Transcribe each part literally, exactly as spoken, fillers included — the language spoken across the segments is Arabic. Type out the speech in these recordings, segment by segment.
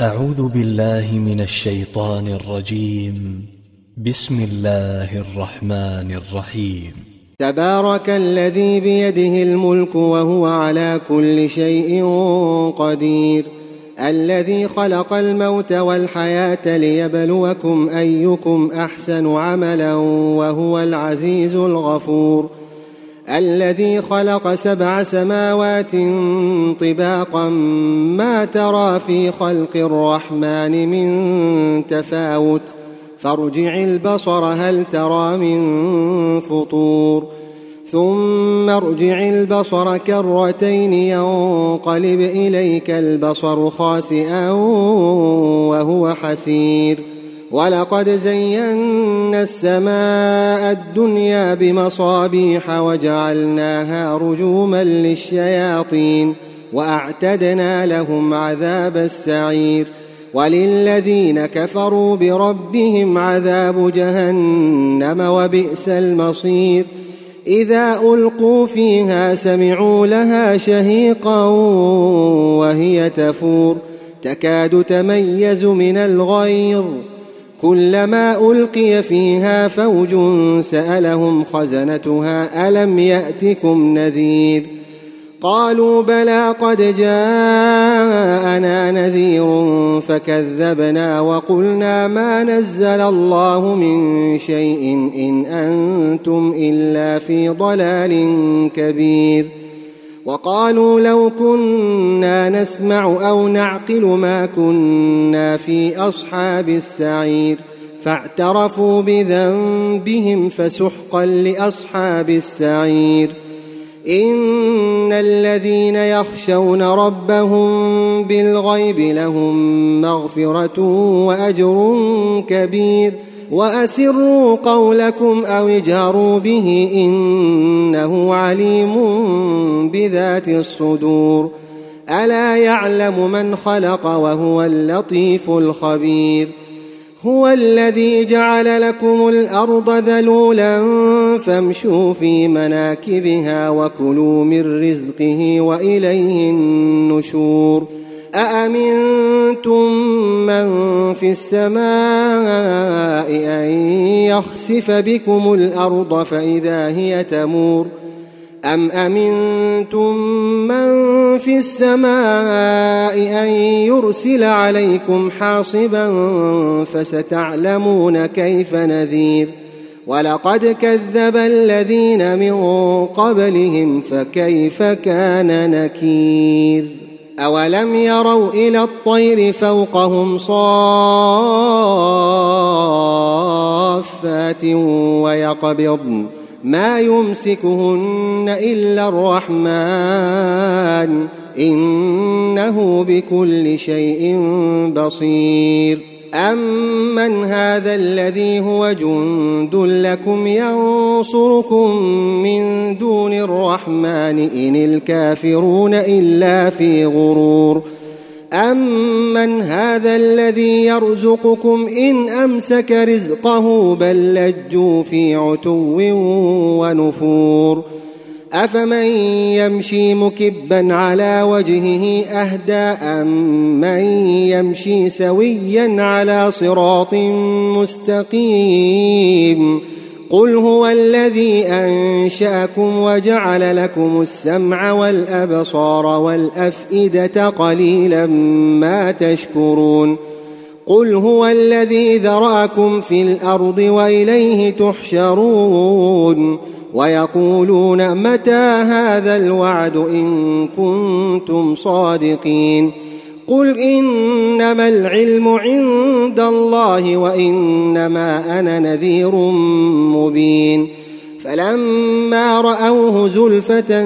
أعوذ بالله من الشيطان الرجيم. بسم الله الرحمن الرحيم. تبارك الذي بيده الملك وهو على كل شيء قدير، الذي خلق الموت والحياة ليبلوكم أيكم أحسن عملا وهو العزيز الغفور، الذي خلق سبع سماوات طباقا ما ترى في خلق الرحمن من تفاوت فارجع البصر هل ترى من فطور، ثم ارجع البصر كرتين ينقلب إليك البصر خاسئا وهو حسير، ولقد زينا السماء الدنيا بمصابيح وجعلناها رجوما للشياطين وأعتدنا لهم عذاب السعير، وللذين كفروا بربهم عذاب جهنم وبئس المصير. إذا ألقوا فيها سمعوا لها شهيقا وهي تفور تكاد تميز من الغيظ، كلما ألقي فيها فوج سألهم خزنتها ألم يأتكم نذير، قالوا بلى قد جاءنا نذير فكذبنا وقلنا ما نزل الله من شيء إن أنتم إلا في ضلال كبير، وقالوا لو كنا نسمع أو نعقل ما كنا في أصحاب السعير، فاعترفوا بذنبهم فسحقا لأصحاب السعير. إن الذين يخشون ربهم بالغيب لهم مغفرة وأجر كبير، وأسروا قولكم أو اجهروا به إنه عليم بذات الصدور، ألا يعلم من خلق وهو اللطيف الخبير. هو الذي جعل لكم الأرض ذلولا فامشوا في مناكبها وكلوا من رزقه وإليه النشور. أأمنتم من في السماء أن يخسف بكم الأرض فإذا هي تمور، أم أمنتم من في السماء أن يرسل عليكم حاصبا فستعلمون كيف نذير، ولقد كذب الذين من قبلهم فكيف كان نكير. أولم يروا إلى الطير فوقهم صافات ويقبضن ما يمسكهن إلا الرحمن إنه بكل شيء بصير. أمن هذا الذي هو جند لكم ينصركم من دون الرحمن إن الكافرون إلا في غرور. أمن هذا الذي يرزقكم إن أمسك رزقه بل لجوا في عتو ونفور. أفمن يمشي مكبا على وجهه أهدى أمن يمشي سويا على صراط مستقيم. قل هو الذي أنشأكم وجعل لكم السمع والأبصار والأفئدة قليلا ما تشكرون. قل هو الذي ذرأكم في الأرض وإليه تحشرون. ويقولون متى هذا الوعد إن كنتم صادقين. قل إنما العلم عند الله وإنما أنا نذير مبين. فلما رأوه زلفة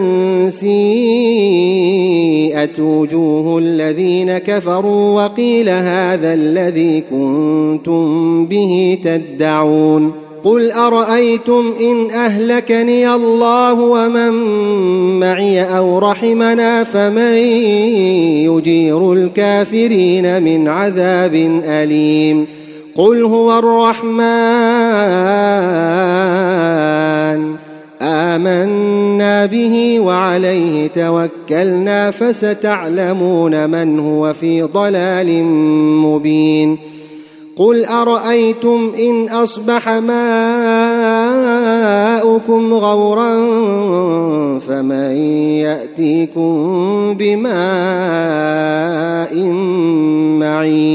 سيئت وجوه الذين كفروا وقيل هذا الذي كنتم به تدعون. قل أرأيتم إن أهلكني الله ومن معي أو رحمنا فمن يجير الكافرين من عذاب أليم. قل هو الرحمن آمنا آمنا به وعليه توكلنا فستعلمون من هو في ضلال مبين قل أرأيتم إن أصبح ماؤكم غورا فمن يأتيكم بماء معين